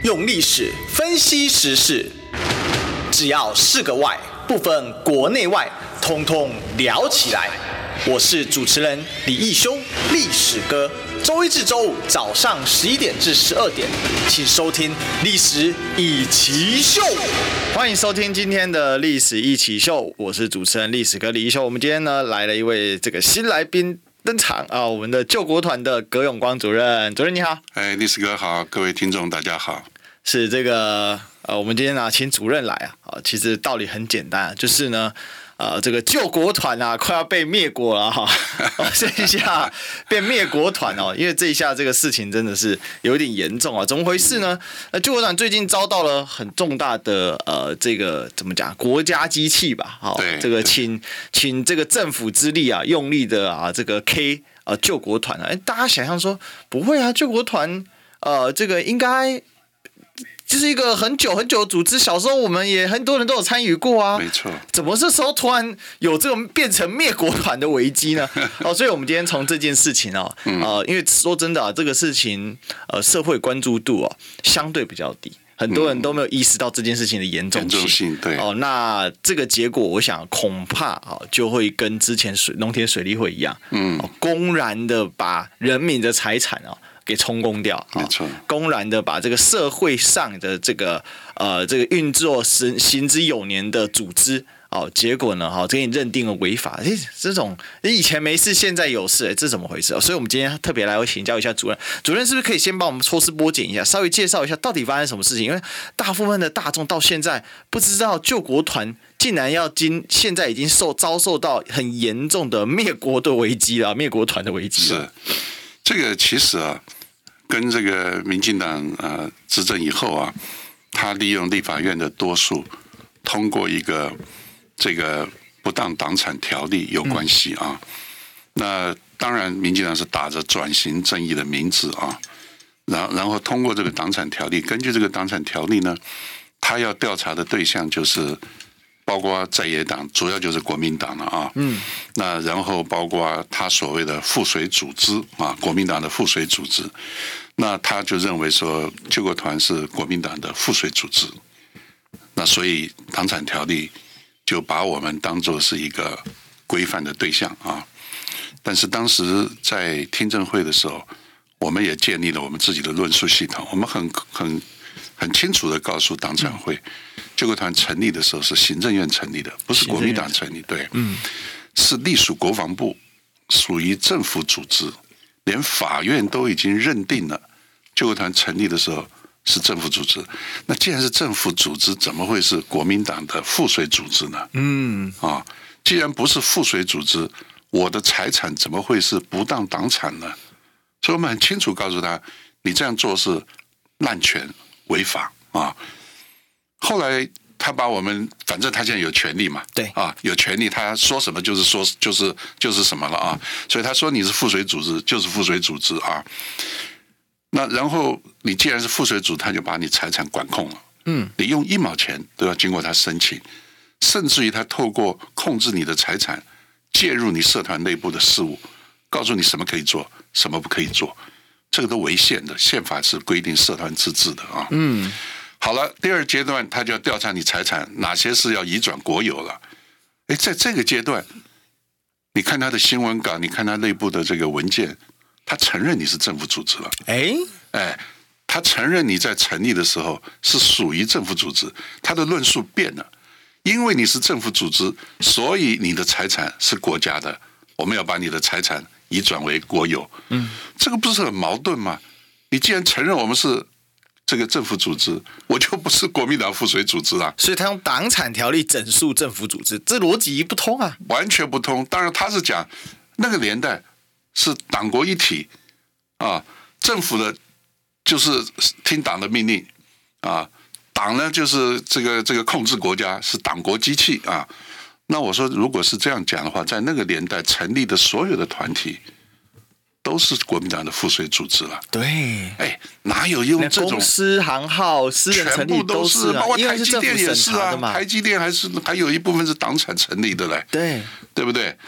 用历史分析时事，只要是个“外”，不分国内外，通通聊起来。我是主持人李义修，历史哥。周一至周五早上11点至12点，请收听《历史一起秀》。 欢迎收听今天的《历史一起秀》，我是主持人历史哥李义修。我们今天呢来了一位新来宾登场啊，我们的救国团的葛永光主任。主任你好。 历史哥好，各位听众大家好。 是这个我们今天请主任来啊，其实道理很简单，就是呢。这个救国团啊，快要被灭国了哈！这一下变灭国团哦，因为这一下这个事情真的是有点严重啊！怎么回事呢？救国团最近遭到了很重大的这个怎么讲？国家机器吧，好，这个请这个政府之力啊，用力的这个 K 救国团啊！大家想象说不会啊，救国团这个应该。就是一个很久的组织，小时候我们也很多人都有参与过啊。 没错， 怎么这时候突然有这种变成灭国团的危机呢？所以我们今天从这件事情因为说真的这个事情社会关注度相对比较低，很多人都没有意识到这件事情的严重性。 对那这个结果，我想恐怕就会跟之前农田水利会一样，公然的把人民的财产给充公掉， 没错， 公然的把这个社会上的这个运作行之有年的组织，结果呢，给你认定了违法。这种以前没事，现在有事，这怎么回事？所以我们今天特别来请教一下主任，主任是不是可以先帮我们抽丝剥茧一下，稍微介绍一下到底发生什么事情？因为大部分的大众到现在不知道救国团竟然现在已经遭受到很严重的灭国的危机了，灭国团的危机了。 是这个其实跟这个民进党执政以后他利用立法院的多数通过一个这个不当党产条例有关系那当然民进党是打着转型正义的名字然后通过这个党产条例，根据这个党产条例呢，他要调查的对象就是包括在野党，主要就是国民党了那然后包括他所谓的附属组织国民党的附属组织，那他就认为说救国团是国民党的附属组织，那所以党产条例就把我们当作是一个规范的对象但是当时在听证会的时候，我们也建立了我们自己的论述系统，我们很清楚的告诉党产会，救国团成立的时候是行政院成立的，不是国民党成立，对，是隶属国防部，属于政府组织，连法院都已经认定了救国团成立的时候是政府组织。那既然是政府组织，怎么会是国民党的附属组织呢？既然不是附属组织，我的财产怎么会是不当党产呢？所以我们很清楚告诉他，你这样做是滥权违法后来他把我们，反正他现在有权利嘛， 对有权利，他说什么就是说就是什么了所以他说你是附属组织就是附属组织那然后你既然是附属组织，他就把你财产管控了，你用1毛钱都要经过他申请，甚至于他透过控制你的财产，介入你社团内部的事务，告诉你什么可以做，什么不可以做，这个都违宪的，宪法是规定社团自治的好了，第二阶段他就要调查你财产哪些是要移转国有了。在这个阶段，你看他的新闻稿，你看他内部的这个文件，他承认你是政府组织了。他承认你在成立的时候是属于政府组织，他的论述变了，因为你是政府组织，所以你的财产是国家的，我们要把你的财产移转为国有。这个不是很矛盾吗？你既然承认我们是这个政府组织，我就不是国民党附属组织所以他用党产条例整肃政府组织，这逻辑不通完全不通。当然他是讲那个年代是党国一体政府的就是听党的命令党呢就是这个控制国家，是党国机器那我说如果是这样讲的话，在那个年代成立的所有的团体都是国民党的附属组织了。 对， 哪有用这种公司行号、私人成立都是包括台积电也是台积电还有一部分是党产成立的嘞， 对不对？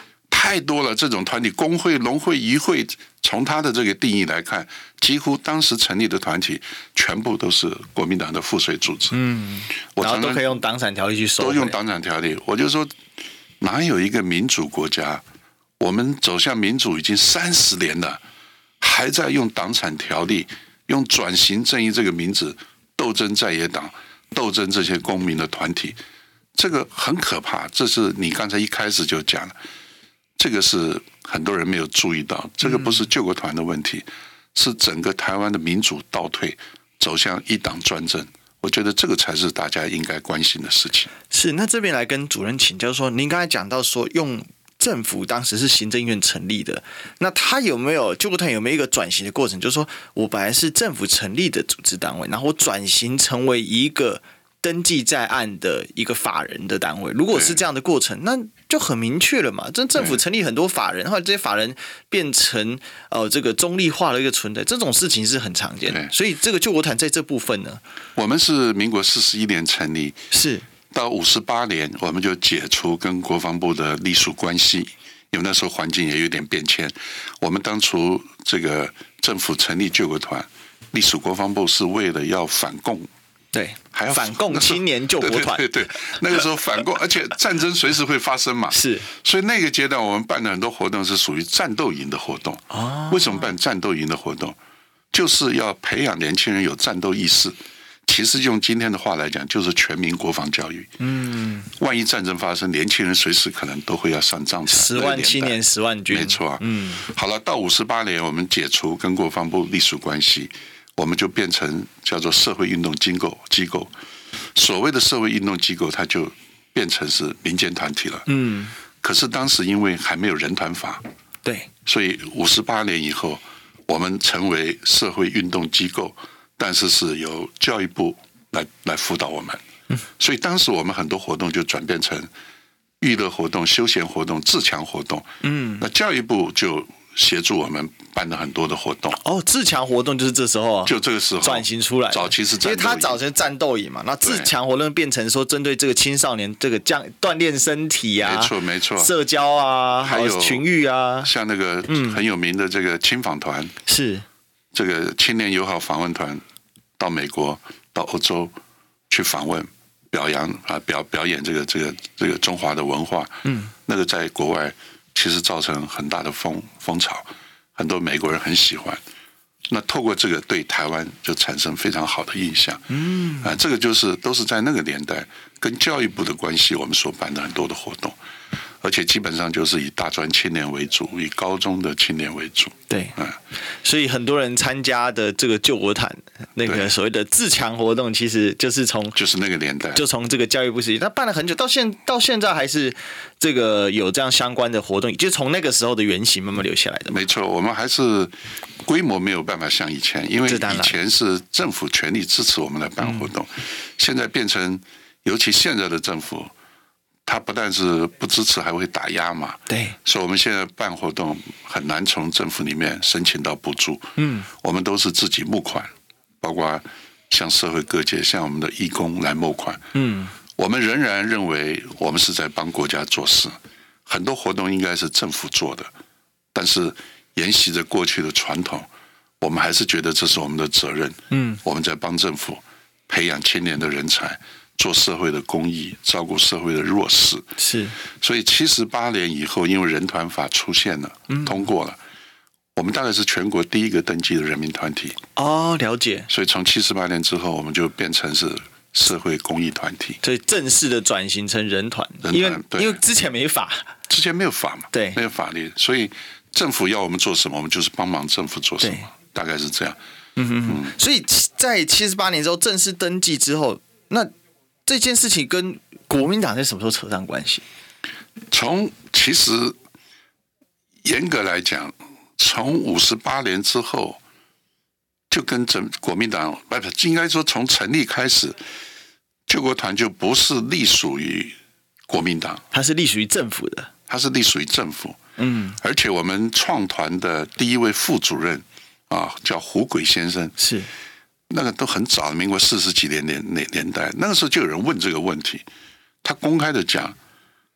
太多了，这种团体，工会、农会、渔会，从他的这个定义来看，几乎当时成立的团体全部都是国民党的附属组织。 然后都可以用党产条例去收， 都用党产条例。我就说，哪有一个民主国家，我们走向民主已经30年了，还在用党产条例，用转型正义这个名字斗争在野党，斗争这些公民的团体，这个很可怕。这是你刚才一开始就讲了。这个是很多人没有注意到，这个不是救国团的问题，是整个台湾的民主倒退，走向一党专政。我觉得这个才是大家应该关心的事情。 是，那这边来跟主任请教说，您刚才讲到说，用政府当时是行政院成立的，那他有没有救国团有没有一个转型的过程？就是说我本来是政府成立的组织单位，然后我转型成为一个登记在案的一个法人的单位，如果是这样的过程，那就很明确了嘛。这政府成立很多法人，后来这些法人变成这个中立化的一个存在，这种事情是很常见的。所以这个救国团在这部分呢， 我们是民国41年成立， 是到58年我们就解除跟国防部的隶属关系，因为那时候环境也有点变迁。我们当初这个政府成立救国团，隶属国防部是为了要反共。 对， 还要反共青年救国团， 对，那个时候反共，而且战争随时会发生嘛， 是， 所以那个阶段我们办的很多活动是属于战斗营的活动。为什么办战斗营的活动？就是要培养年轻人有战斗意识。其实用今天的话来讲，就是全民国防教育。万一战争发生，年轻人随时可能都会要上战场。 10万青年10万军， 没错啊。好了，到58年我们解除跟国防部隶属关系。我们就变成叫做社会运动机构，所谓的社会运动机构，它就变成是民间团体了。可是当时因为还没有人团法， 对， 所以58年以后，我们成为社会运动机构，但是是由教育部来辅导我们。所以当时我们很多活动就转变成娱乐活动、休闲活动、自强活动。那教育部就协助我们办了很多的活动。 自强活动就是这时候， 就这个时候转型出来。 早期是战斗营， 因为他早前战斗营嘛，那自强活动变成说针对这个青少年这个锻炼身体啊， 没错， 社交啊，还有群育啊， 像那个很有名的这个青访团， 是这个青年友好访问团，到美国、到欧洲去访问、表演这个中华的文化。那个在国外。其实造成很大的风潮，很多美国人很喜欢。那透过这个对台湾就产生非常好的印象。这个都是在那个年代跟教育部的关系，我们所办的很多的活动，而且基本上就是以大专青年为主，以高中的青年为主。 对，所以很多人参加的这个救国团那个所谓的自强活动，其实就是那个年代， 就从这个教育部时期，他办了很久，到现在还是这个有这样相关的活动，就从那个时候的原型慢慢留下来的。 没错，我们还是规模没有办法像以前，因为以前是政府全力支持我们来办活动，现在变成，尤其现在的政府。他不但是不支持，还会打压嘛。 对， 所以我们现在办活动很难从政府里面申请到补助。我们都是自己募款，包括像社会各界，像我们的义工来募款。我们仍然认为我们是在帮国家做事，很多活动应该是政府做的，但是沿袭着过去的传统，我们还是觉得这是我们的责任。我们在帮政府培养青年的人才。做社会的公益，照顾社会的弱势， 是。 所以78年以后，因为人团法出现了，通过了，我们大概是全国第一个登记的人民团体。 了解。 所以从78年之后，我们就变成是社会公益团体， 所以正式的转型成人团，因为之前没法嘛，对， 没有法律，所以政府要我们做什么，我们就是帮忙政府做什么，大概是这样。 所以在78年之后正式登记之后，那这件事情跟国民党在什么时候扯上关系？ 其实严格来讲，从58年之后，就跟国民党应该说从成立开始，救国团就不是隶属于国民党， 它是隶属于政府的， 它是隶属于政府。而且我们创团的第一位副主任叫胡轨先生， 是。 那个都很早，民国40几年代，那个时候就有人问这个问题，他公开的讲，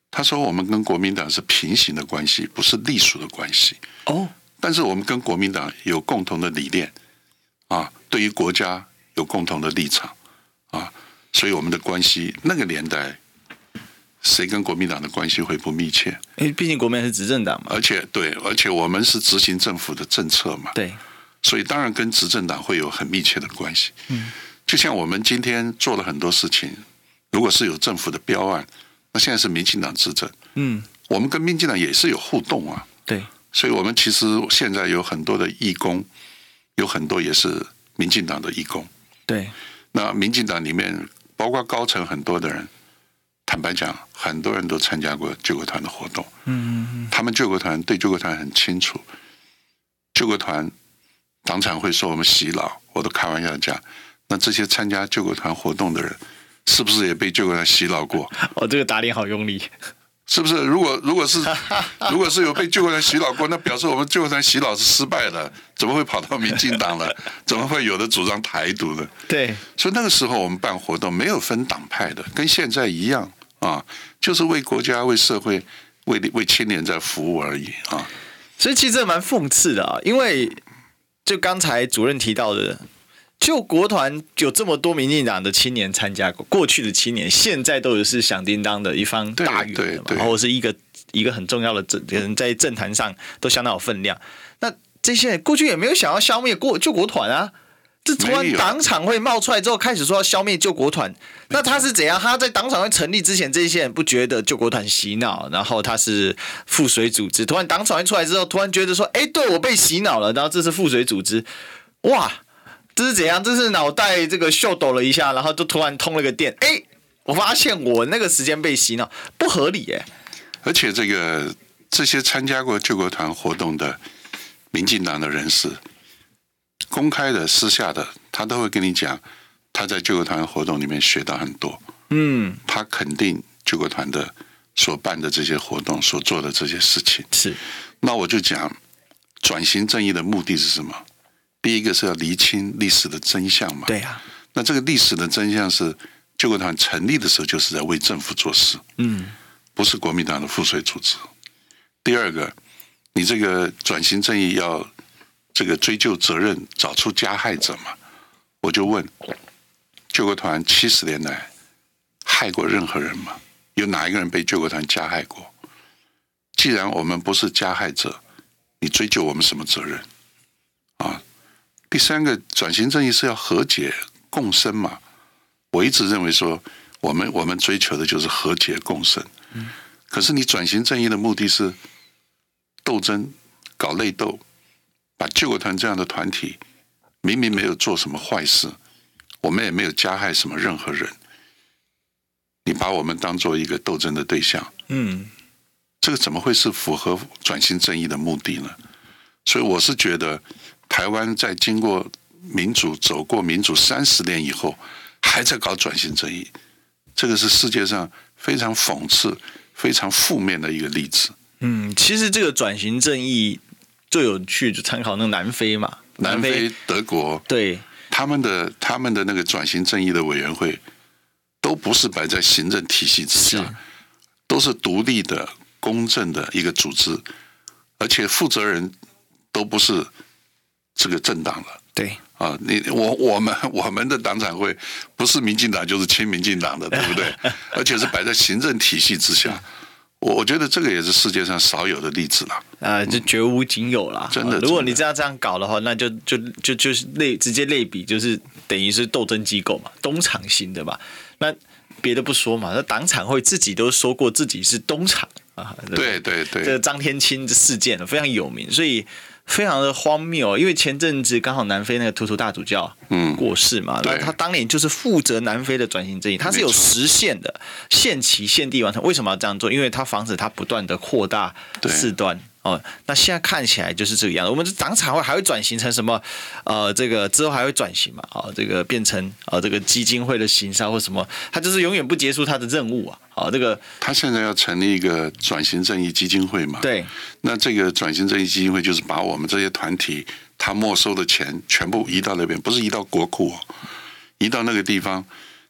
他说我们跟国民党是平行的关系，不是隶属的关系。 哦， 但是我们跟国民党有共同的理念啊，对于国家有共同的立场啊，所以我们的关系那个年代，谁跟国民党的关系会不密切？ 因为毕竟国民党是执政党嘛。 而且我们是执行政府的政策嘛。 对。 所以当然跟执政党会有很密切的关系。就像我们今天做了很多事情，如果是有政府的标案，那现在是民进党执政，我们跟民进党也是有互动啊。 对， 所以我们其实现在有很多的义工，有很多也是民进党的义工。 对， 那民进党里面包括高层很多的人，坦白讲，很多人都参加过救国团的活动。他们救国团对救国团很清楚，救国团党产会说我们洗脑，我都开玩笑讲，那这些参加救国团活动的人，是不是也被救国团洗脑过？ 这个打脸好用力， 是不是？如果是有被救国团洗脑过，那表示我们救国团洗脑是失败的，怎么会跑到民进党了？怎么会有的主张台独的？ 对， 所以那个时候我们办活动没有分党派的，跟现在一样啊，就是为国家、为社会、为青年在服务而已啊。 所以其实这蛮讽刺的啊，因为就刚才主任提到的，救国团有这么多民进党的青年参加过，过去的青年现在都是响叮当的一方大员了嘛，或者是一个很重要的人在政坛上都相当有分量。那这些人过去也没有想要消灭救国团啊，这突然党产会冒出来之后，开始说要消灭救国团，那他是怎样？他在党产会成立之前，这些人不觉得救国团洗脑，然后他是附水组织。突然党产会出来之后，突然觉得说，对我被洗脑了，然后这是附水组织，哇，这是怎样？这是脑袋这个秀抖了一下，然后就突然通了个电，我发现我那个时间被洗脑，不合理耶。 而且这些参加过救国团活动的民进党的人士，公开的、私下的，他都会跟你讲，他在救国团活动里面学到很多。他肯定救国团的所办的这些活动、所做的这些事情。 是。 那我就讲，转型正义的目的是什么？第一个是要厘清历史的真相嘛。 对啊。 那这个历史的真相是，救国团成立的时候就是在为政府做事。不是国民党的附水组织。第二个，你这个转型正义要这个追究责任，找出加害者嘛？我就问，救国团70年来害过任何人吗？有哪一个人被救国团加害过？既然我们不是加害者，你追究我们什么责任啊？第三个，转型正义是要和解共生嘛？我一直认为说，我们追求的就是和解共生。可是你转型正义的目的是斗争、搞内斗，把救国团这样的团体，明明没有做什么坏事，我们也没有加害什么任何人，你把我们当做一个斗争的对象，这个怎么会是符合转型正义的目的呢？所以我是觉得，台湾在经过民主、走过民主30年以后，还在搞转型正义，这个是世界上非常讽刺、非常负面的一个例子。 其实这个转型正义最有趣，就参考那个南非嘛， 南非、德国， 对， 他们的那个转型正义的委员会，都不是摆在行政体系之下，都是独立的、公正的一个组织，而且负责人都不是这个政党了。 对啊，我们的党产会不是民进党就是亲民进党的，对不对？而且是摆在行政体系之下。我觉得这个也是世界上少有的例子了。 就绝无仅有啦。 真的， 如果你这样搞的话，那就是直接类比，就是等于是斗争机构嘛，东厂型的嘛。那别的不说嘛，那党产会自己都说过自己是东厂啊。 对， 这个张天钦的事件非常有名，所以非常的荒谬。因为前阵子刚好南非那个图图大主教过世嘛，那他当年就是负责南非的转型正义，他是有时限的，限期限地完成。为什么要这样做？因为他防止他不断的扩大事端。那现在看起来就是这个样子。我们党产会还会转型成什么？这个之后还会转型嘛？这个变成这个基金会的形式或什么？他就是永远不结束他的任务啊！这个他现在要成立一个转型正义基金会嘛？ 对。 那这个转型正义基金会就是把我们这些团体他没收的钱全部移到那边，不是移到国库移到那个地方。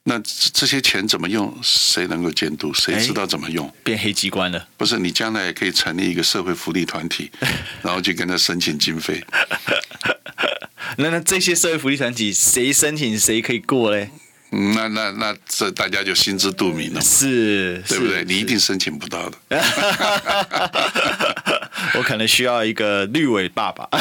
那这些钱怎么用？谁能够监督？谁知道怎么用？ 变黑机关了。 不是，你将来也可以成立一个社会福利团体，然后去跟他申请经费。 那这些社会福利团体谁申请谁可以过嘞？ 那这大家就心知肚明了， 是， 对不对？你一定申请不到的。 我可能需要一个绿委爸爸。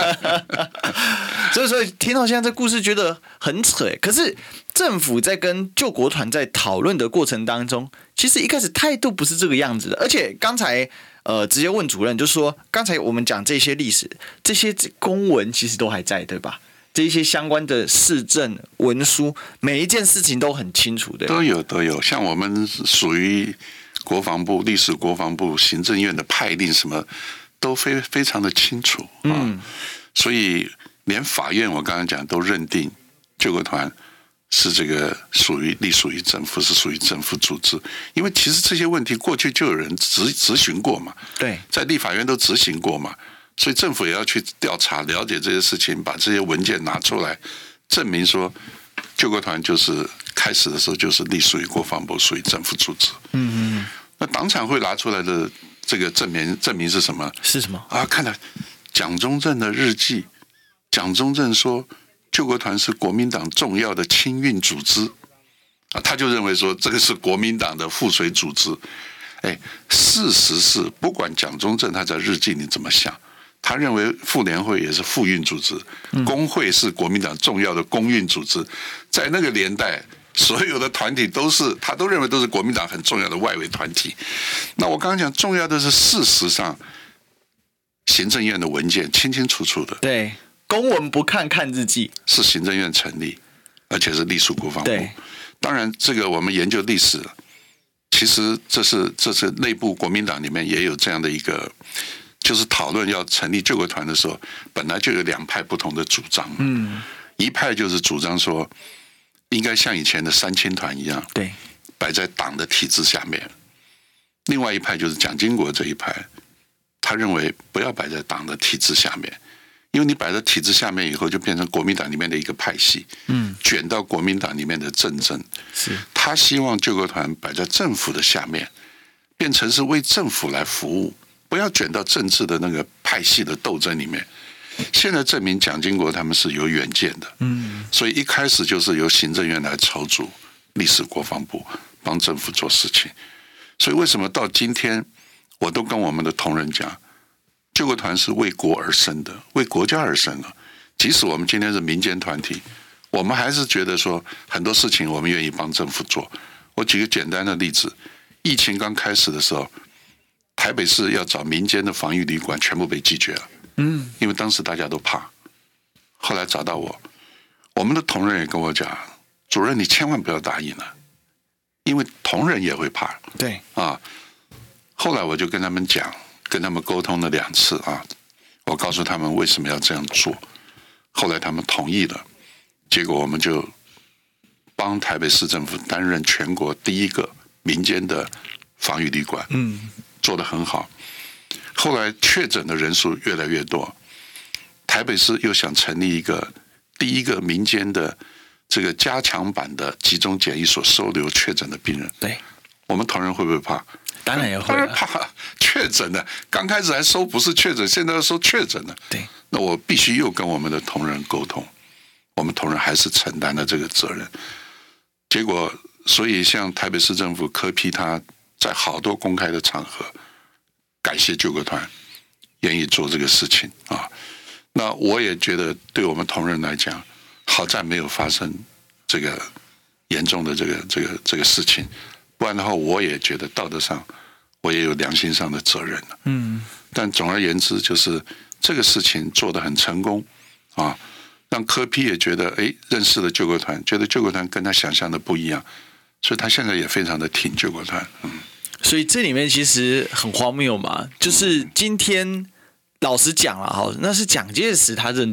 所以听到现在这故事觉得很扯。可是政府在跟救国团在讨论的过程当中，其实一开始态度不是这个样子的。而且刚才直接问主任，就说刚才我们讲这些历史，这些公文其实都还在，对吧？这一些相关的市政文书，每一件事情都很清楚的。 都有，像我们属于国防部、历史国防部、行政院的派令，什么都非常的清楚啊。所以连法院我刚刚讲都认定救国团是这个隶属于政府，是属于政府组织。因为其实这些问题过去就有人执行过嘛， 对， 在立法院都执行过嘛。所以政府也要去调查、了解这些事情，把这些文件拿出来，证明说救国团就是开始的时候就是隶属于国防部，属于政府组织。那党产会拿出来的这个证明是什么？ 是什么啊？看了蒋中正的日记，蒋中正说救国团是国民党重要的亲运组织啊，他就认为说这个是国民党的附随组织。事实是不管蒋中正他在日记里怎么想。他认为妇联会也是妇运组织，工会是国民党重要的工运组织，在那个年代，所有的团体他都认为都是国民党很重要的外围团体。那我刚刚讲重要的是，事实上，行政院的文件清清楚楚的， 对，公文不看日记， 是行政院成立，而且是隶属国防部。当然，这个我们研究历史，其实这是内部国民党里面也有这样的一个。就是讨论要成立救国团的时候，本来就有两派不同的主张。一派就是主张说，应该像以前的三青团一样， 对， 摆在党的体制下面。另外一派就是蒋经国这一派，他认为不要摆在党的体制下面，因为你摆在体制下面以后，就变成国民党里面的一个派系，卷到国民党里面的政争。 是， 他希望救国团摆在政府的下面，变成是为政府来服务。不要卷到政治的那个派系的斗争里面。现在证明蒋经国他们是有远见的，所以一开始就是由行政院来筹组历史国防部，帮政府做事情。所以为什么到今天，我都跟我们的同仁讲，救国团是为国而生的，为国家而生的。即使我们今天是民间团体，我们还是觉得说很多事情我们愿意帮政府做。我举个简单的例子，疫情刚开始的时候。台北市要找民间的防疫旅馆，全部被拒绝了。因为当时大家都怕。后来找到我们的同仁也跟我讲，主任你千万不要答应了，因为同仁也会怕。 对啊，后来我就跟他们讲，跟他们沟通了2次啊，我告诉他们为什么要这样做，后来他们同意了，结果我们就帮台北市政府担任全国第一个民间的防疫旅馆。做得很好，后来确诊的人数越来越多，台北市又想成立第一个民间的这个加强版的集中检疫所，收留确诊的病人。 对， 我们同仁会不会怕？ 当然也会， 当然怕，确诊的，刚开始还收不是确诊，现在要收确诊的。 对， 那我必须又跟我们的同仁沟通，我们同仁还是承担了这个责任。结果，所以像台北市政府柯 P 他。在好多公开的场合，感谢救国团愿意做这个事情啊。那我也觉得，对我们同仁来讲，好在没有发生这个严重的这个事情，不然的话，我也觉得道德上我也有良心上的责任了。但总而言之，就是这个事情做得很成功啊，让柯 P 也觉得，认识了救国团，觉得救国团跟他想象的不一样，所以他现在也非常的挺救国团。 所以这里面其实很荒谬嘛，就是今天老实讲了哈，那是蒋介石他认定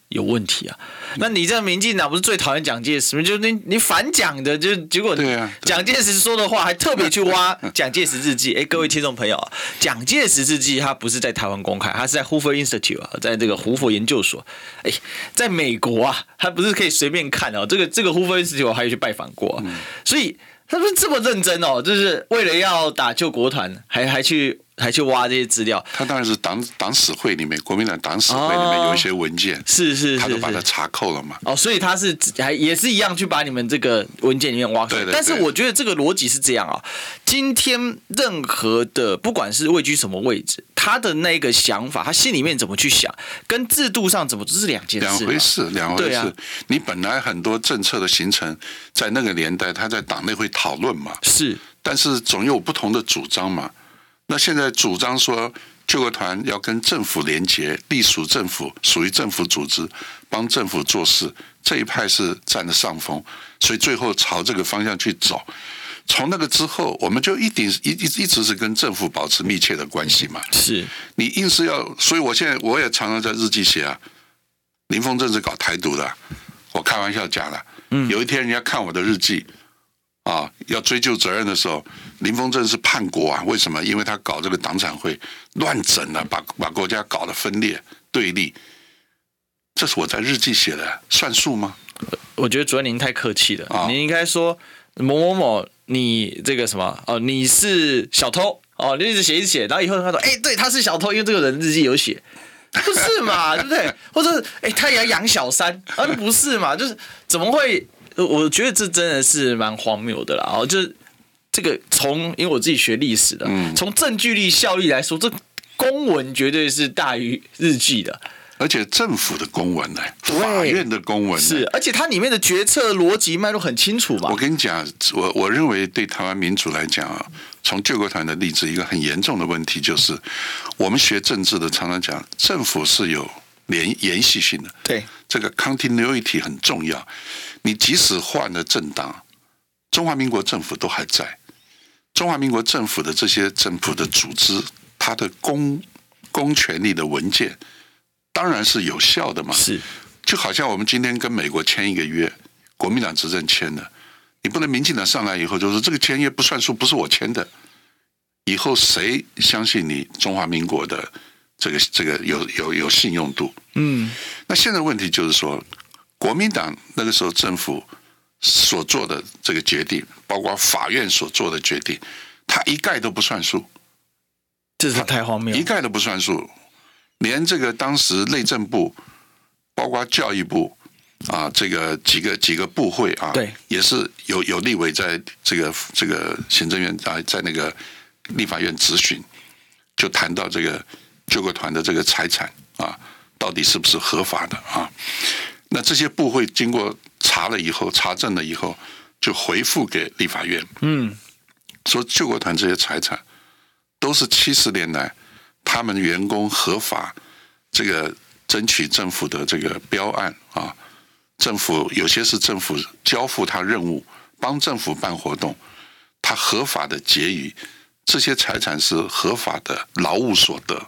有问题啊。那你这民进党不是最讨厌蒋介石吗？就是你反蒋的，就结果蒋介石说的话还特别去挖蒋介石日记。各位听众朋友啊，蒋介石日记他不是在台湾公开，他是在 Hoover Institute 啊，在这个胡佛研究所。在美国啊，他不是可以随便看哦。这个 Hoover Institute 我还有去拜访过，所以他们这么认真哦，就是为了要打救国团，还去挖这些资料。 他当然是党史会里面，国民党党史会里面有一些文件， 是， 他都把它查扣了嘛。 所以他是也是一样去把你们这个文件里面挖出来。但是我觉得这个逻辑是这样啊，今天任何的不管是位居什么位置，他的那个想法，他心里面怎么去想，跟制度上怎么，这是两件事。 两回事。你本来很多政策的形成，在那个年代，他在党内会讨论嘛。 是， 但是总有不同的主张嘛。那现在主张说救国团要跟政府连结，隶属政府，属于政府组织，帮政府做事，这一派是占了上风，所以最后朝这个方向去走。从那个之后，我们就一直是跟政府保持密切的关系嘛。 是你硬是要，所以我也常常在日记写啊，林凤正是搞台独的，我开玩笑讲了。有一天人家看我的日记啊，要追究责任的时候，林凤正是叛国啊？为什么？因为他搞这个党产会乱整了，把国家搞得分裂对立。这是我在日记写的，算数吗？ 我觉得主任您太客气了，您应该说某某某，你这个什么你是小偷哦，你一直写，然后以后他说对，他是小偷，因为这个人日记有写。不是嘛，对不对？或者他也要养小三不是嘛？就是怎么会？我觉得这真的是蛮荒谬的啦。就是这个因为我自己学历史的，从证据力、效力来说，这公文绝对是大于日记的。 而且政府的公文呢，法院的公文是，而且它里面的决策逻辑脉络很清楚嘛。 我跟你讲，我认为对台湾民主来讲啊，从救国团的例子，一个很严重的问题就是，我们学政治的常常讲，政府是有延续性的， 对， 这个 continuity 很重要。你即使换了政党，中华民国政府都还在，中华民国政府的这些政府的组织，它的公权力的文件。当然是有效的嘛， 是， 就好像我们今天跟美国签一个约，国民党执政签的，你不能民进党上来以后就说这个签约不算数，不是我签的，以后谁相信你中华民国的这个有信用度？那现在问题就是说，国民党那个时候政府所做的这个决定，包括法院所做的决定，它一概都不算数， 这是太荒谬， 一概都不算数。连这个当时内政部，包括教育部啊，这个几个部会啊， 对， 也是有立委在这个行政院啊，在那个立法院质询，就谈到这个救国团的这个财产啊，到底是不是合法的啊？那这些部会经过查了以后，查证了以后，就回复给立法院，说救国团这些财产都是70年来。他们员工合法这个争取政府的这个标案啊，政府有些是政府交付他任务，帮政府办活动，他合法的结余，这些财产是合法的劳务所得。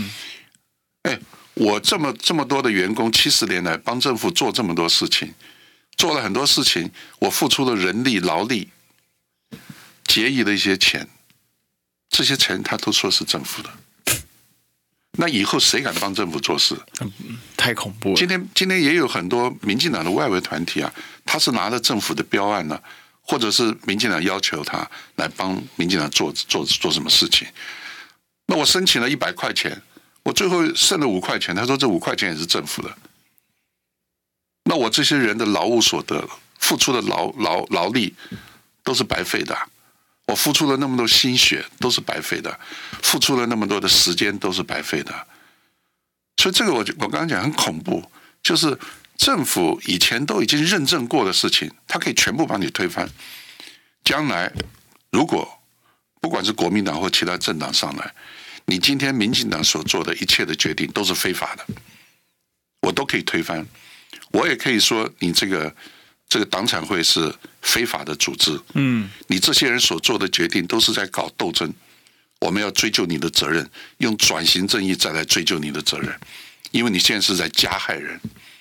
我这么多的员工70年来帮政府做这么多事情，做了很多事情，我付出了人力劳力，结余的一些钱，这些钱他都说是政府的。那以后谁敢帮政府做事？ 太恐怖了。 今天也有很多民进党的外围团体啊，他是拿着政府的标案呢，或者是民进党要求他来帮民进党做什么事情。那我申请了100块钱，我最后剩了5块钱，他说这5块钱也是政府的。那我这些人的劳务所得、付出的劳力都是白费的。我付出了那么多心血都是白费的，付出了那么多的时间都是白费的，所以这个我刚刚讲很恐怖，就是政府以前都已经认证过的事情，它可以全部帮你推翻。将来如果不管是国民党或其他政党上来，你今天民进党所做的一切的决定都是非法的，我都可以推翻。我也可以说你这个党产会是非法的组织，你这些人所做的决定都是在搞斗争，我们要追究你的责任，用转型正义再来追究你的责任，因为你现在是在加害人。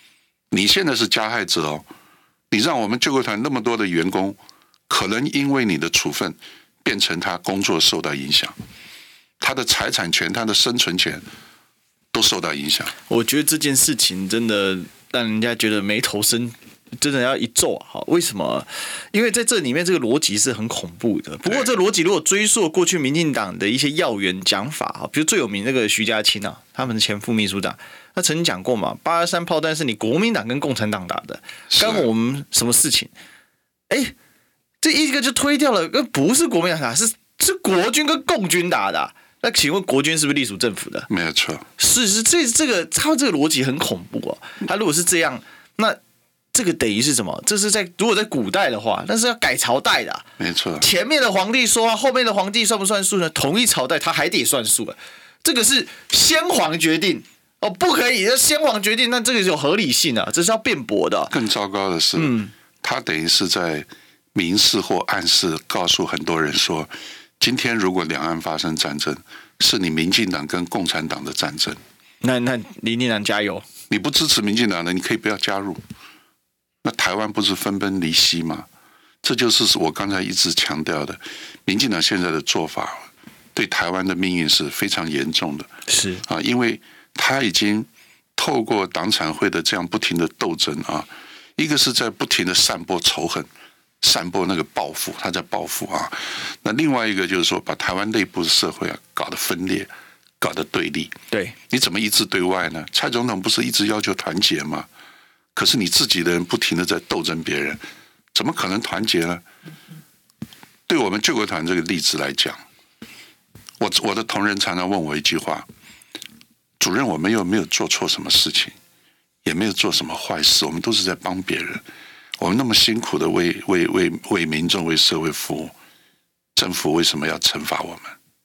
你现在是加害者哦，你让我们救国团那么多的员工，可能因为你的处分，变成他工作受到影响，他的财产权、他的生存权都受到影响。 我觉得这件事情真的让人家觉得眉头深。真的要一皱啊！为什么？因为在这里面这个逻辑是很恐怖的。不过这逻辑如果追溯过去民进党的一些要员讲法啊，比如最有名那个徐家清啊，他们的前副秘书长，他曾经讲过嘛，823炮弹是你国民党跟共产党打的，干我们什么事情？哎，这一个就推掉了，不是国民党打，是国军跟共军打的。那请问国军是不是隶属政府的？ 没有错， 是这个他这个逻辑很恐怖哦。他如果是这样，那这个等于是什么？这是如果在古代的话，那是要改朝代的、啊。 没错， 前面的皇帝说，后面的皇帝算不算数呢？同一朝代他还得算数啊。这个是先皇决定哦，不可以，先皇决定，那这个有合理性啊，这是要辩驳的。 更糟糕的是，他等于是在明示或暗示告诉很多人说，今天如果两岸发生战争，是你民进党跟共产党的战争。 那民进党加油！ 你不支持民进党的，你可以不要加入。那台湾不是分崩离析吗？这就是我刚才一直强调的，民进党现在的做法对台湾的命运是非常严重的。 是啊，因为他已经透过党产会的这样不停的斗争啊，一个是在不停的散播仇恨，散播那个报复，他在报复啊。那另外一个就是说，把台湾内部的社会啊搞得分裂，搞得对立。 对， 你怎么一致对外呢？蔡总统不是一直要求团结吗？可是你自己的人不停的在斗争别人，怎么可能团结呢？对我们救国团这个例子来讲，我的同仁常常问我一句话：主任，我们又没有做错什么事情，也没有做什么坏事，我们都是在帮别人，我们那么辛苦的为民众为社会服务，政府为什么要惩罚我们？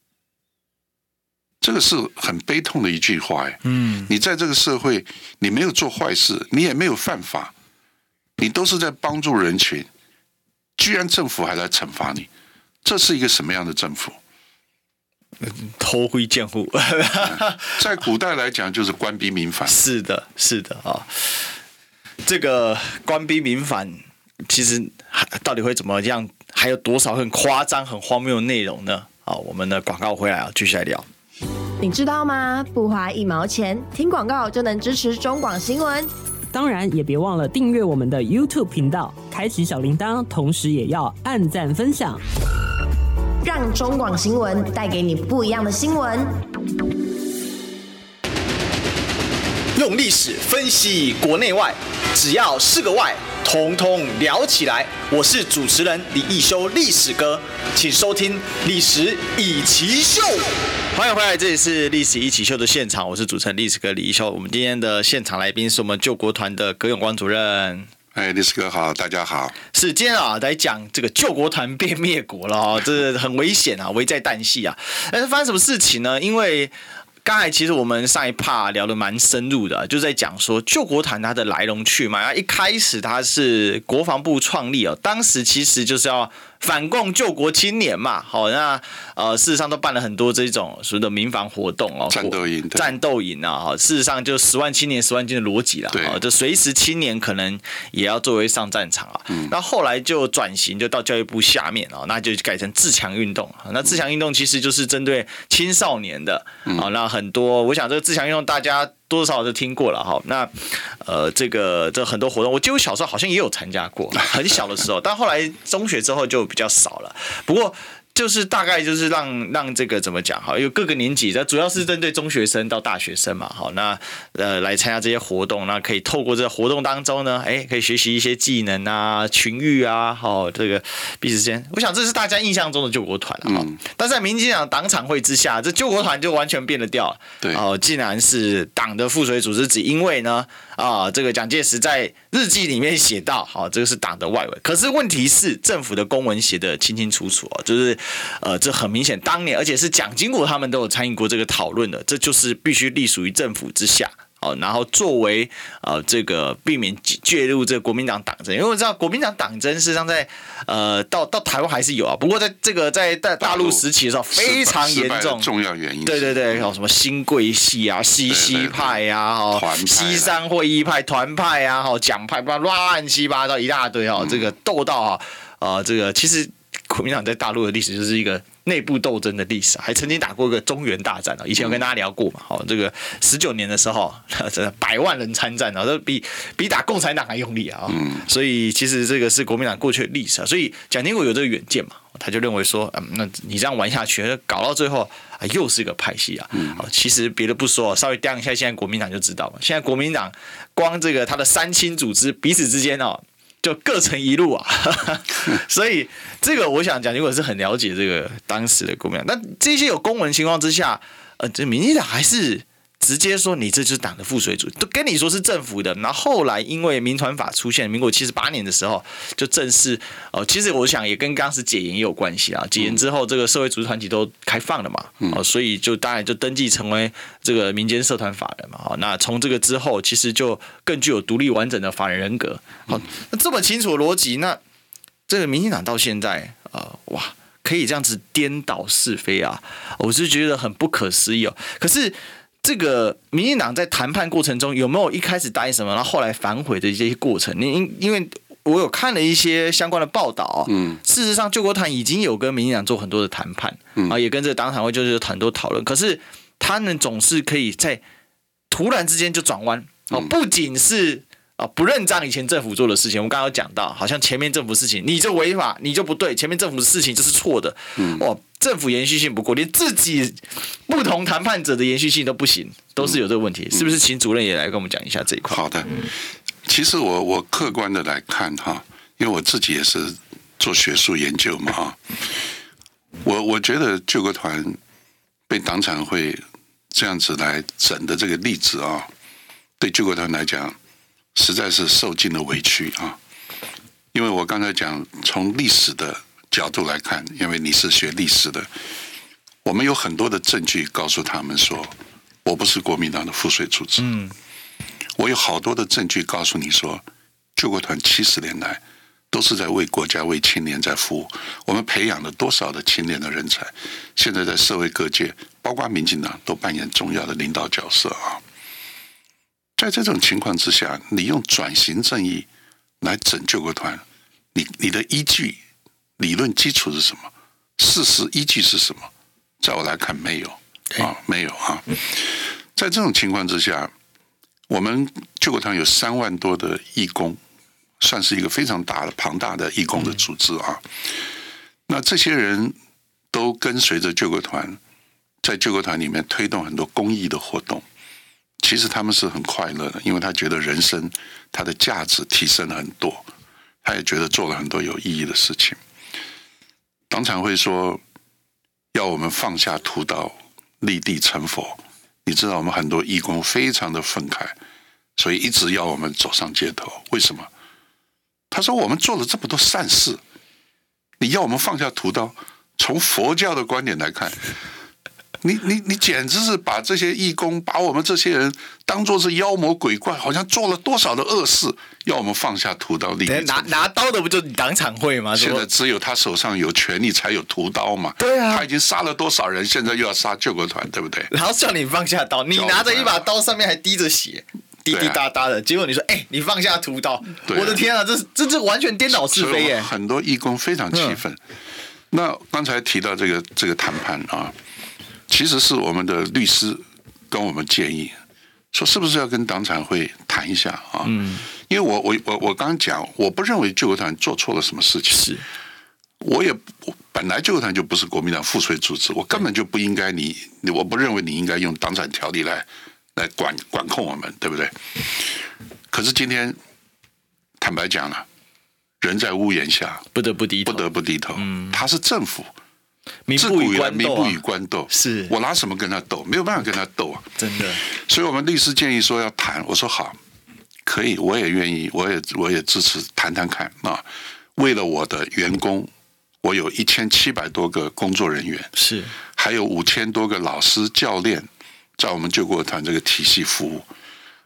这个是很悲痛的一句话。你在这个社会，你没有做坏事，你也没有犯法，你都是在帮助人群，居然政府还来惩罚你，这是一个什么样的政府？ 偷窥见户。 在古代来讲，就是官逼民反。 是的，是的啊。这个官逼民反，其实到底会怎么样？还有多少很夸张、很荒谬的内容呢？啊，我们的广告回来啊，继续来聊。 你知道吗？不花1毛钱，听广告就能支持中广新闻。 当然，也别忘了订阅我们的 YouTube 频道，开启小铃铛，同时也要按赞分享， 让中广新闻带给你不一样的新闻。 用历史分析国内外，只要是个“外”，统统聊起来。我是主持人李义修，历史哥，请收听《历史一起秀》。 欢迎回来，这里是历史一起秀的现场，我是主持人历史哥李义修。我们今天的现场来宾是我们救国团的葛永光主任。 历史哥好，大家好。 是今天啊，来讲这个救国团变灭国了啊，这很危险啊，危在旦夕啊。但是发生什么事情呢？因为刚才其实我们上一趴聊得蛮深入的，就在讲说救国团它的来龙去脉。一开始它是国防部创立哦，当时其实就是要反共救国青年嘛。好，那事实上都办了很多这种所谓的民防活动哦，战斗营啊，事实上就10万青年10万军的逻辑啦。对，就随时青年可能也要作为上战场啊。那后来就转型，就到教育部下面啊，那就改成自强运动。那自强运动其实就是针对青少年的啊，那很多，我想这个自强运动大家多多少少都听过了哈。那这很多活动，我记得我小时候好像也有参加过，很小的时候，但后来中学之后就比较少了。不过就是大概就是让这个怎么讲哈，有各个年级，主要是针对中学生到大学生嘛。好，那来参加这些活动，那可以透过这个活动当中呢，可以学习一些技能啊、群育啊，好，这个彼此间，我想这是大家印象中的救国团啊。但是在民进党党产会之下，这救国团就完全变了调了。对，竟然是党的附属组织，只因为呢这个蒋介石在日记里面写到，好，这个是党的外围。可是问题是，政府的公文写得清清楚楚哦，就是这很明显，当年而且是蒋经国他们都有参与过这个讨论的，这就是必须隶属于政府之下。 然后作为这个避免介入这个国民党党争，因为我知道国民党党争事实上在到台湾还是有啊，不过在这个在大陆时期的时候非常严重， 重要原因对，什么新贵系啊、西派啊、西山会议派、团派啊、蒋派，乱七八糟一大堆这个斗到这个其实国民党在大陆的历史就是一个内部斗争的历史，还曾经打过一个中原大战以前有跟大家聊过嘛，这个19年的时候，真的100万人参战这比打共产党还用力啊，所以其实这个是国民党过去的历史所以蒋经国有这个远见嘛，他就认为说，那你这样玩下去，搞到最后又是一个派系其实别的不说，稍微掂一下现在国民党就知道嘛，现在国民党光这个他的3亲组织彼此之间就各成一路所以这个我想蒋经国是很了解这个当时的国民党，但这些有公文情况之下，这民进党还是直接说你这就是党的附属组，都跟你说是政府的。然后后来因为民团法出现，民国78年的时候就正式其实我想也跟当时解严也有关系解严之后这个社会组织团体都开放了嘛，所以就当然就登记成为这个民间社团法人嘛。那从这个之后，其实就更具有独立完整的法人人格。那这么清楚的逻辑，那这个民进党到现在哇，可以这样子颠倒是非我是觉得很不可思议可是这个民进党在谈判过程中有没有一开始答应什么，然后后来反悔的这些过程？因为我有看了一些相关的报道事实上救国团已经有跟民进党做很多的谈判也跟这个党产会就是有很多讨论，可是他们总是可以在突然之间就转弯不仅是不认账以前政府做的事情，我们刚刚有讲到，好像前面政府事情你就违法，你就不对，前面政府的事情就是错的，政府延续性不够，连自己不同谈判者的延续性都不行，都是有这个问题，是不是？请主任也来跟我们讲一下这一块。 好的，其实我客观的来看因为我自己也是做学术研究嘛我觉得救国团被党产会这样子来整的这个例子对救国团来讲实在是受尽了委屈因为我刚才讲从历史的角度来看，因为你是学历史的，我们有很多的证据告诉他们说我不是国民党的附属组织我有好多的证据告诉你说救国团70年来都是在为国家为青年在服务，我们培养了多少的青年的人才，现在在社会各界包括民进党都扮演重要的领导角色在这种情况之下，你用转型正义来拯救国团，你的依据理论基础是什么？事实依据是什么？在我来看没有没有在这种情况之下，我们救国团有3万多的义工，算是一个非常庞大的义工的组织那这些人都跟随着救国团，在救国团里面推动很多公益的活动。其实他们是很快乐的，因为他觉得人生他的价值提升了很多，他也觉得做了很多有意义的事情。党产会说要我们放下屠刀，立地成佛。你知道我们很多义工非常的愤慨，所以一直要我们走上街头。为什么？他说我们做了这么多善事，你要我们放下屠刀，从佛教的观点来看，你简直是把这些义工，把我们这些人当作是妖魔鬼怪，好像做了多少的恶事，要我们放下屠刀立地成佛。 拿刀的不就是党产会吗？ 现在只有他手上有权力才有屠刀嘛。 对啊， 他已经杀了多少人，现在又要杀救国团，对不对？ 然后叫你放下刀，你拿着一把刀，上面还滴着血，滴滴答答的。结果你说，你放下屠刀，我的天啊，这完全颠倒是非耶！ 很多义工非常气愤。那刚才提到这个谈判其实是我们的律师跟我们建议说，是不是要跟党产会谈一下因为我刚刚讲，我不认为救国团做错了什么事情， 是， 本来救国团就不是国民党附属组织，我根本就不应该我不认为你应该用党产条例来管控我们，对不对？可是今天坦白讲了，人在屋檐下， 不得不低头，他是政府。 自古以来民不与官斗， 是我拿什么跟他斗？没有办法跟他斗真的。 所以我们律师建议说要谈，我说好，可以，我也愿意，我也支持谈谈看为了我的员工，我有1700多个工作人员， 是， 还有5000多个老师教练，在我们救国团这个体系服务。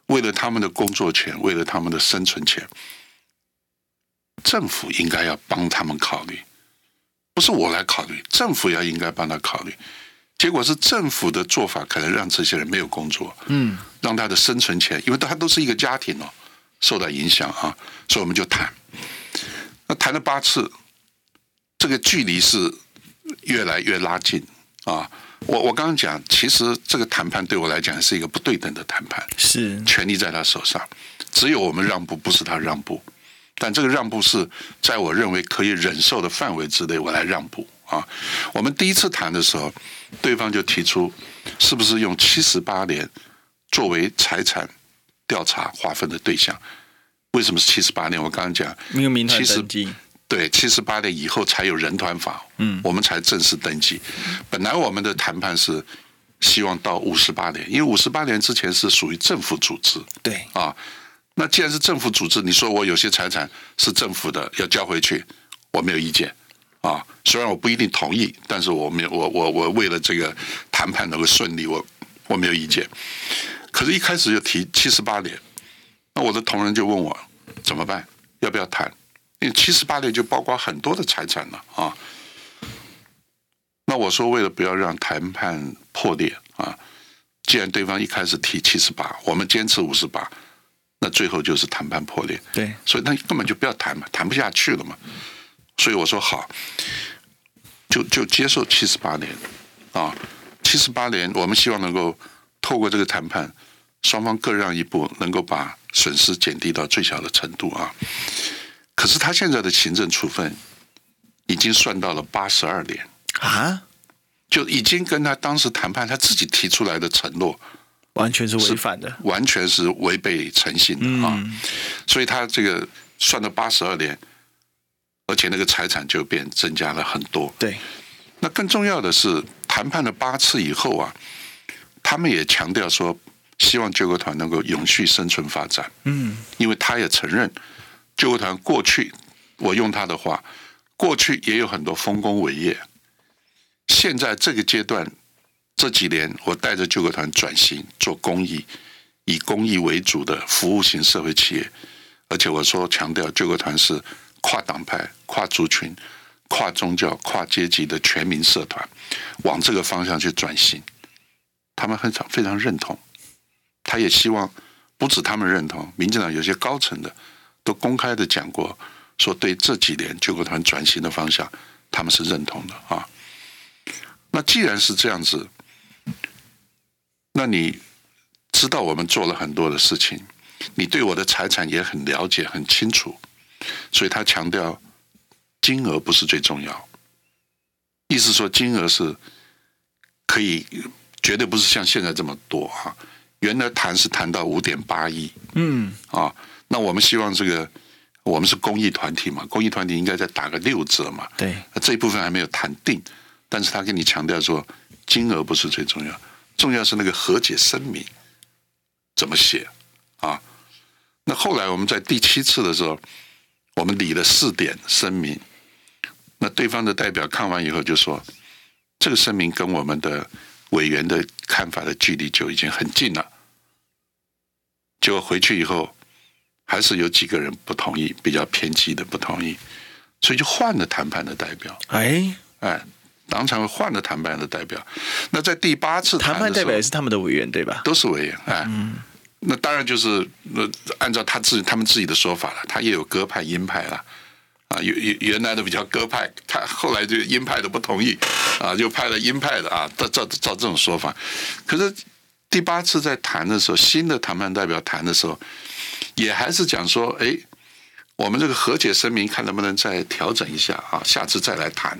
为了他们的工作权，为了他们的生存权，政府应该要帮他们考虑，不是我来考虑，政府要应该帮他考虑。结果是政府的做法可能让这些人没有工作，让他的生存权，因为他都是一个家庭哦，受到影响啊，所以我们就谈。那谈了8次，这个距离是越来越拉近啊。我刚刚讲，其实这个谈判对我来讲是一个不对等的谈判， 是权力在他手上，只有我们让步，不是他让步。但这个让步是在我认为可以忍受的范围之内，我来让步啊。我们第一次谈的时候，对方就提出，是不是用78年作为财产调查划分的对象？为什么是78年？我刚刚讲， 因为民团登记， 对，78年以后才有人团法，我们才正式登记。本来我们的谈判是希望到58年，因为58年之前是属于政府组织， 对啊。那既然是政府组织，你说我有些财产是政府的，要交回去，我没有意见啊。虽然我不一定同意，但是我为了这个谈判能够顺利，我没有意见。可是，一开始就提78年，那我的同仁就问我怎么办，要不要谈？因为78年就包括很多的财产了啊。那我说，为了不要让谈判破裂啊，既然对方一开始提78，我们坚持58。那最后就是谈判破裂， 对， 所以那根本就不要谈嘛，谈不下去了嘛。所以我说好，就接受78年啊，78年，我们希望能够透过这个谈判，双方各让一步，能够把损失减低到最小的程度啊。可是他现在的行政处分已经算到了82年啊， 就已经跟他当时谈判他自己提出来的承诺。 完全是违反的， 完全是违背诚信的啊！所以他这个算到82年，而且那个财产就增加了很多。 对， 那更重要的是，谈判了8次以后啊，他们也强调说，希望救国团能够永续生存发展。因为他也承认，救国团过去，我用他的话，过去也有很多丰功伟业，现在这个阶段。这几年，我带着救国团转型做公益，以公益为主的服务型社会企业，而且我说强调救国团是跨党派、跨族群、跨宗教、跨阶级的全民社团，往这个方向去转型，他们非常认同。他也希望不止他们认同，民进党有些高层的都公开的讲过，说对这几年救国团转型的方向，他们是认同的啊。那既然是这样子。那你知道我们做了很多的事情，你对我的财产也很了解、很清楚，所以他强调金额不是最重要，意思说金额是可以，绝对不是像现在这么多啊。原来谈到5.8亿，那我们希望这个我们是公益团体嘛，公益团体应该再打个6折嘛， 对， 这一部分还没有谈定，但是他跟你强调说金额不是最重要。重要是那个和解声明怎么写啊？那后来我们在第7次的时候，我们理了4点声明。那对方的代表看完以后就说，这个声明跟我们的委员的看法的距离就已经很近了。结果回去以后，还是有几个人不同意，比较偏激的不同意，所以就换了谈判的代表。当场换了谈判的代表。那在第8次谈判代表也是他们的委员对吧？ 都是委员那当然就是按照他们自己的说法了，他也有鸽派鹰派了啊，原来的比较鸽派，他后来就鹰派的不同意啊，就派了鹰派的啊，照这种说法。可是第8次在谈的时候，新的谈判代表谈的时候，也还是讲说，我们这个和解声明看能不能再调整一下啊，下次再来谈。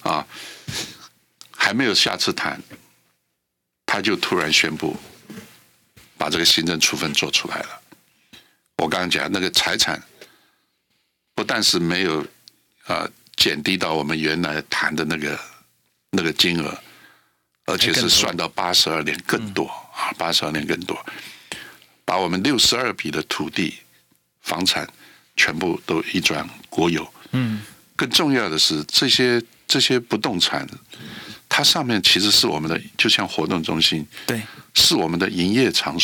还没有下次谈，他就突然宣布把这个行政处分做出来了。我刚刚讲那个财产，不但是没有减低到我们原来谈的那个金额，而且是算到82年更多82年更多，把我们62笔的土地、房产全部都移转国有。更重要的是这些不动产，它上面其实是我们的，就像活动中心， 对， 是我们的营业场所，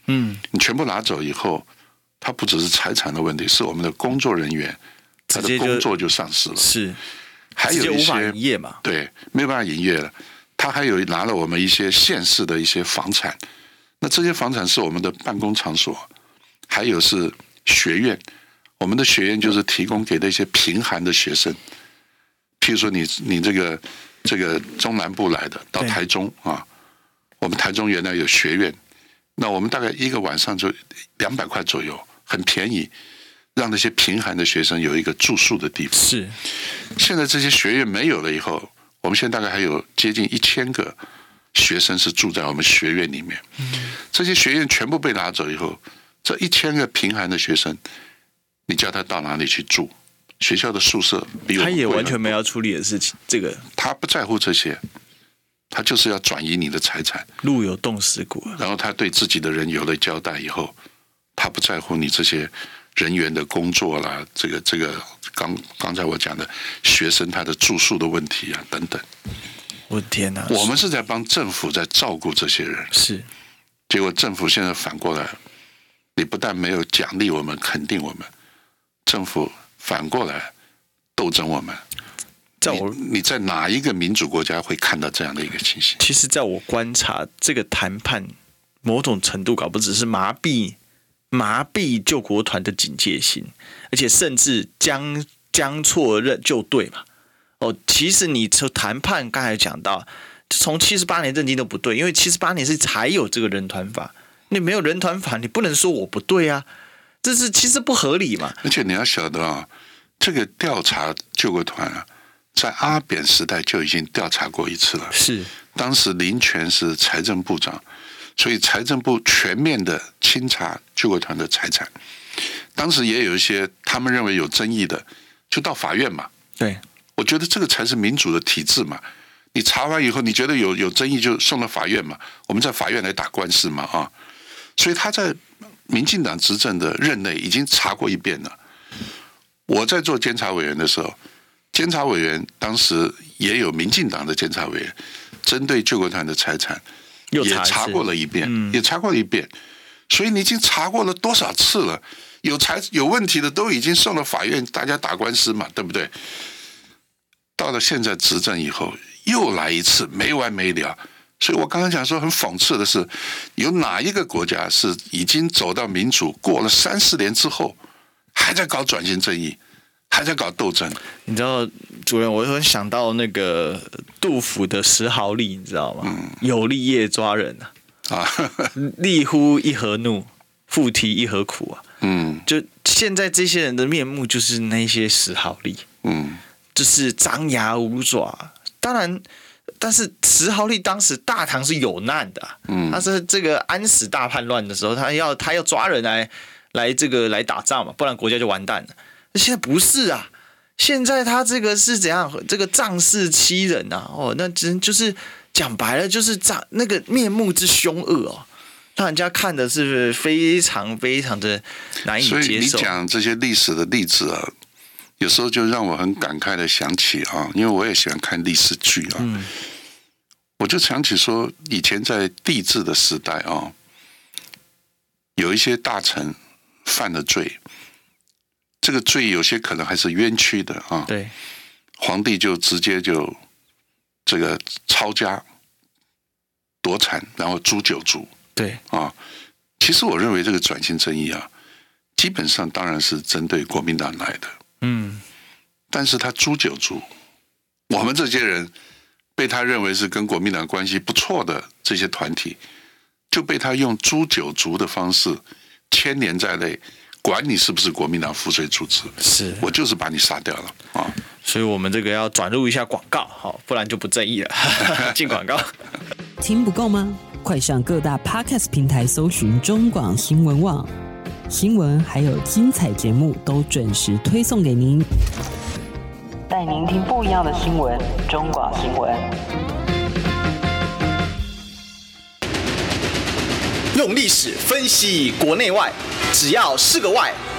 你全部拿走以后，它不只是财产的问题，是我们的工作人员他的工作就丧失了， 是， 还有一些无法营业嘛， 对，没有办法营业了。他还有拿了我们一些县市的一些房产，那这些房产是我们的办公场所，还有是学院。我们的学院就是提供给那些贫寒的学生，譬如说你这个中南部来的到台中啊，我们台中原来有学院，那我们大概一个晚上就200块左右，很便宜，让那些贫寒的学生有一个住宿的地方。 是， 现在这些学院没有了以后，我们现在大概还有接近1000个学生是住在我们学院里面。这些学院全部被拿走以后，这1000个贫寒的学生，你叫他到哪里去住？学校的宿舍比我们贵很多， 他也完全没有处理的事情。这个他不在乎这些，他就是要转移你的财产。 路有冻死骨， 然后他对自己的人有了交代以后，他不在乎你这些人员的工作啦，这个刚才我讲的学生他的住宿的问题啊等等。 我的天哪！ 我们是在帮政府在照顾这些人， 是， 结果政府现在反过来，你不但没有奖励我们、肯定我们，政府反过来斗争我们。你在哪一个民主国家会看到这样的一个情形？ 其实，在我观察，这个谈判某种程度搞不只是麻痹救国团的警戒心，而且甚至将错认就对嘛。其实你从谈判刚才讲到，从78年认定都不对，因为78年是才有这个人团法，你没有人团法，你不能说我不对啊，这是其实不合理嘛。 而且你要晓得啊，这个调查救国团啊，在阿扁时代就已经调查过一次了。 是， 当时林全是财政部长，所以财政部全面的清查救国团的财产。当时也有一些他们认为有争议的，就到法院嘛。 对。 我觉得这个才是民主的体制嘛！你查完以后，你觉得有争议就送到法院嘛，我们在法院来打官司嘛啊！所以他在民进党执政的任内已经查过一遍了。我在做监察委员的时候，监察委员当时也有民进党的监察委员，针对救国团的财产也查过了一遍，也查过了一遍。所以你已经查过了多少次了？有问题的都已经送到法院，大家打官司嘛，对不对？到了现在执政以后，又来一次，没完没了。所以我刚刚讲说，很讽刺的是，有哪一个国家是已经走到民主，过了30年之后，还在搞转型正义，还在搞斗争？ 你知道，主任，我很想到那个杜甫的10毫粒，你知道吗？有力夜抓人啊，立乎一河怒，复提一河苦啊。就现在这些人的面目，就是那些10毫粒。就是张牙舞爪，当然，但是10毫粒当时大唐是有难的，他是这个安史大叛乱的时候，他要抓人来打仗嘛，不然国家就完蛋了。现在不是啊，现在他这个是怎样？这个仗势欺人啊！那真就是讲白了，就是那个面目之凶恶哦，让人家看的是非常非常的难以接受。 所以你讲这些历史的例子啊。有时候就让我很感慨的想起啊，因为我也喜欢看历史剧啊，我就想起说，以前在帝制的时代啊，有一些大臣犯了罪，这个罪有些可能还是冤屈的啊， 对， 皇帝就直接就这个抄家夺产，然后诛九族， 对啊，其实我认为这个转型正义啊，基本上当然是针对国民党来的。但是他诛九族，我们这些人被他认为是跟国民党关系不错的这些团体，就被他用诛九族的方式牵连在内，管你是不是国民党附随组织， 是我就是把你杀掉了啊！ 所以我们这个要转入一下广告，好，不然就不正义了。进广告， 听不够吗？快上各大 Podcast 平台搜寻中广新闻网。新闻还有精彩节目都准时推送给您，带您听不一样的新闻。中广新闻， 用历史分析国内外，只要是个“外”，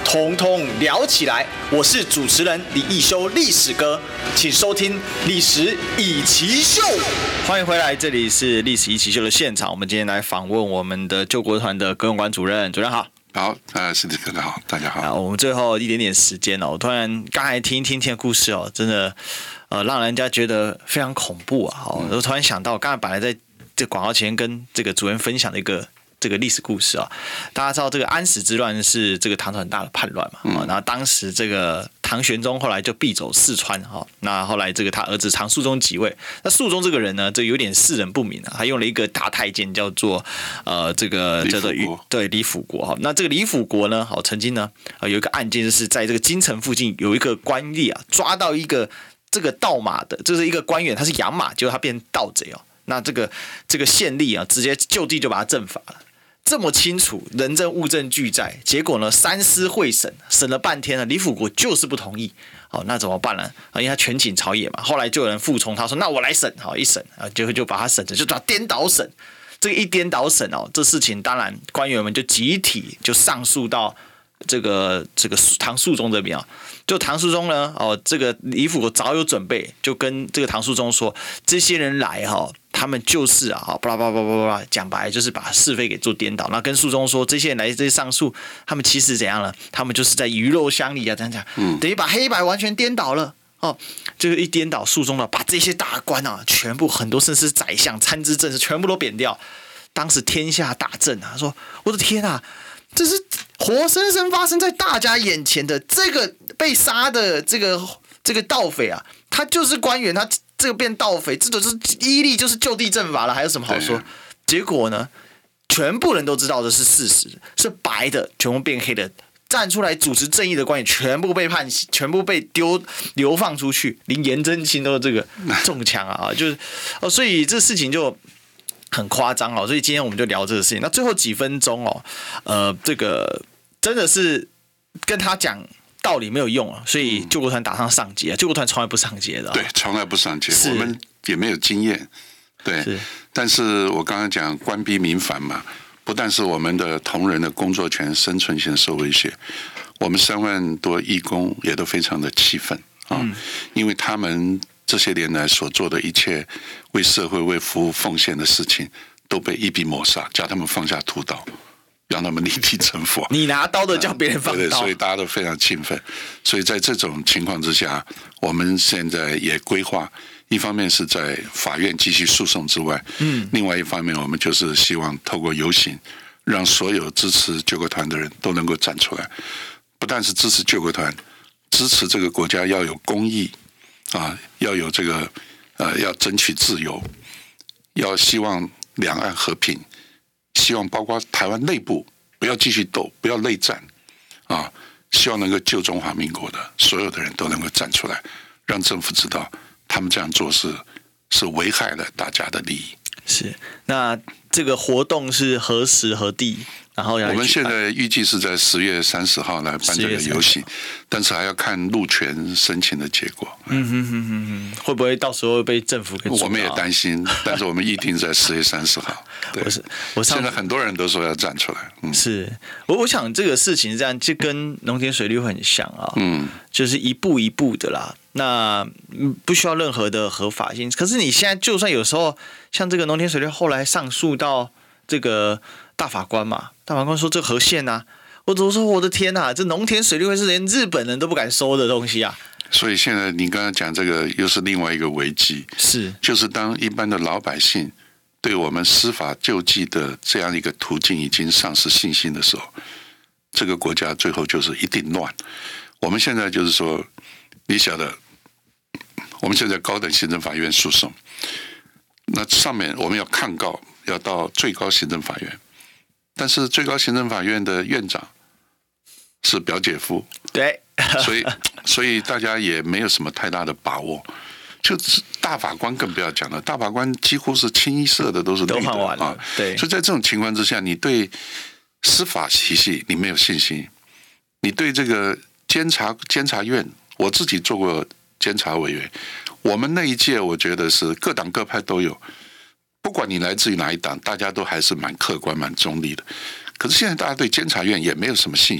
统统聊起来。我是主持人李义修，历史哥，请收听《历史一奇秀》。 欢迎回来，这里是历史一奇秀的现场。我们今天来访问我们的救国团的革命馆主任，主任好。 好，史蒂哥哥好，大家好。 我们最后一点点时间哦，我突然刚才听的故事哦，真的让人家觉得非常恐怖啊！我突然想到，刚才本来在这广告前跟这个主任分享的一个这个历史故事啊，大家知道这个安史之乱是这个唐朝很大的叛乱嘛，然后当时这个唐玄宗后来就避走四川哈，那后来这个他儿子唐肃宗即位，那肃宗这个人呢，这有点世人不明啊，他用了一个大太监叫做这个叫做李辅国哈，那这个李辅国呢，曾经呢有一个案件，就是在这个京城附近有一个官吏啊，抓到一个这个盗马的，就是一个官员，他是养马，结果他变盗贼哦，那这个县吏啊，直接就地就把他正法了。这么清楚，人证物证俱在，结果呢，三司会审，审了半天了，李辅国就是不同意。好，那怎么办呢？因为他权倾朝野嘛。后来就有人服从他说：“那我来审。”好，一审啊，就把他审成，就把他颠倒审。这个一颠倒审哦，这事情当然官员们就集体就上诉到这个唐肃宗这边啊。就唐肃宗呢，这个李辅国早有准备，就跟这个唐肃宗说，这些人来他们就是巴拉巴拉巴拉，讲白就是把是非给做颠倒。那跟肃宗说，这些人来这些上诉，他们其实怎样了？他们就是在鱼肉乡里啊，这样讲，等于把黑白完全颠倒了。就是一颠倒，肃宗呢，把这些大官啊，全部很多甚至是宰相、参知政事，全部都贬掉。当时天下大震啊，说我的天啊！这是活生生发生在大家眼前的，这个被杀的这个盗匪啊，他就是官员，他这个变盗匪，这就是依例就是就地正法了，还有什么好说？结果呢，全部人都知道的是事实，是白的，全部变黑的。站出来主持正义的官员全部被判刑，全部被流放出去，连颜真卿都这个中枪啊，就是所以这事情就很夸张哦，所以今天我们就聊这个事情。那最后几分钟这个真的是跟他讲道理没有用啊，所以救国团打上街啊，救国团从来不上街的， 对，从来不上街，我们也没有经验，对。但是我刚刚讲官逼民反嘛，不但是我们的同仁的工作权、生存权受威胁，我们3万多义工也都非常的气愤啊，因为他们这些年来所做的一切为社会、为服务奉献的事情，都被一笔抹杀，叫他们放下屠刀，让他们立地成佛。 你拿刀的叫别人放刀， 对，所以大家都非常兴奋。所以在这种情况之下，我们现在也规划，一方面是在法院继续诉讼之外，另外一方面我们就是希望透过游行，让所有支持救国团的人都能够站出来，不但是支持救国团，支持这个国家要有公义。要有这个要争取自由，要希望两岸和平，希望包括台湾内部不要继续斗，不要内战啊！希望能够救中华民国的所有的人都能够站出来，让政府知道他们这样做是危害了大家的利益。 是，那这个活动是何时何地？然后我们现在预计是在10月30号来办这个游行，但是还要看路权申请的结果。 会不会到时候被政府给阻挠？ 我们也担心，但是我们预定在10月30号。对，现在很多人都说要站出来。 是，我想这个事情这样就跟农田水利会很像啊。就是一步一步的啦。那不需要任何的合法性。可是你现在就算有时候像这个农田水利后来上诉到这个大法官嘛，大法官说这合宪啊，我怎么说我的天啊，这农田水利会是连日本人都不敢收的东西啊。 所以现在你刚刚讲这个又是另外一个危机，就是当一般的老百姓对我们司法救济的这样一个途径已经丧失信心的时候，这个国家最后就是一定乱。我们现在就是说，你晓得，我们现在高等行政法院诉讼，那上面我们要抗告，要到最高行政法院，但是最高行政法院的院长是表姐夫， 对， 所以大家也没有什么太大的把握。就是大法官更不要讲了，大法官几乎是清一色的都是绿的啊。 对， 所以在这种情况之下，你对司法体系你没有信心，你对这个监察院，我自己做过监察委员，我们那一届我觉得是各党各派都有，不管你来自于哪一党，大家都还是蛮客观、蛮中立的。可是现在大家对监察院也没有什么信心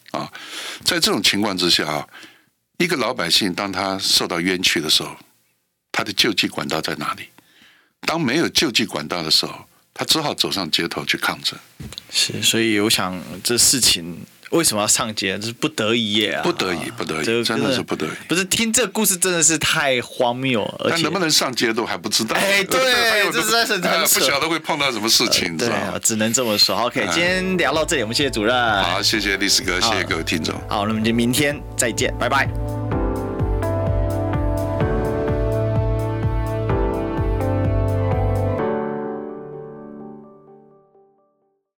啊。在这种情况之下啊，一个老百姓当他受到冤屈的时候，他的救济管道在哪里？当没有救济管道的时候，他只好走上街头去抗争。 是，所以我想这事情为什么要上街？这是不得已也啊， 不得已，真的是不得已。 不是听这个故事真的是太荒谬了，而且能不能上街都还不知道。 哎，对，这实在是很扯， 不晓得会碰到什么事情， 对，只能这么说。OK， 今天聊到这里，我们谢谢主任。 好，谢谢历史哥，谢谢各位听众。 好，那么就明天再见，拜拜。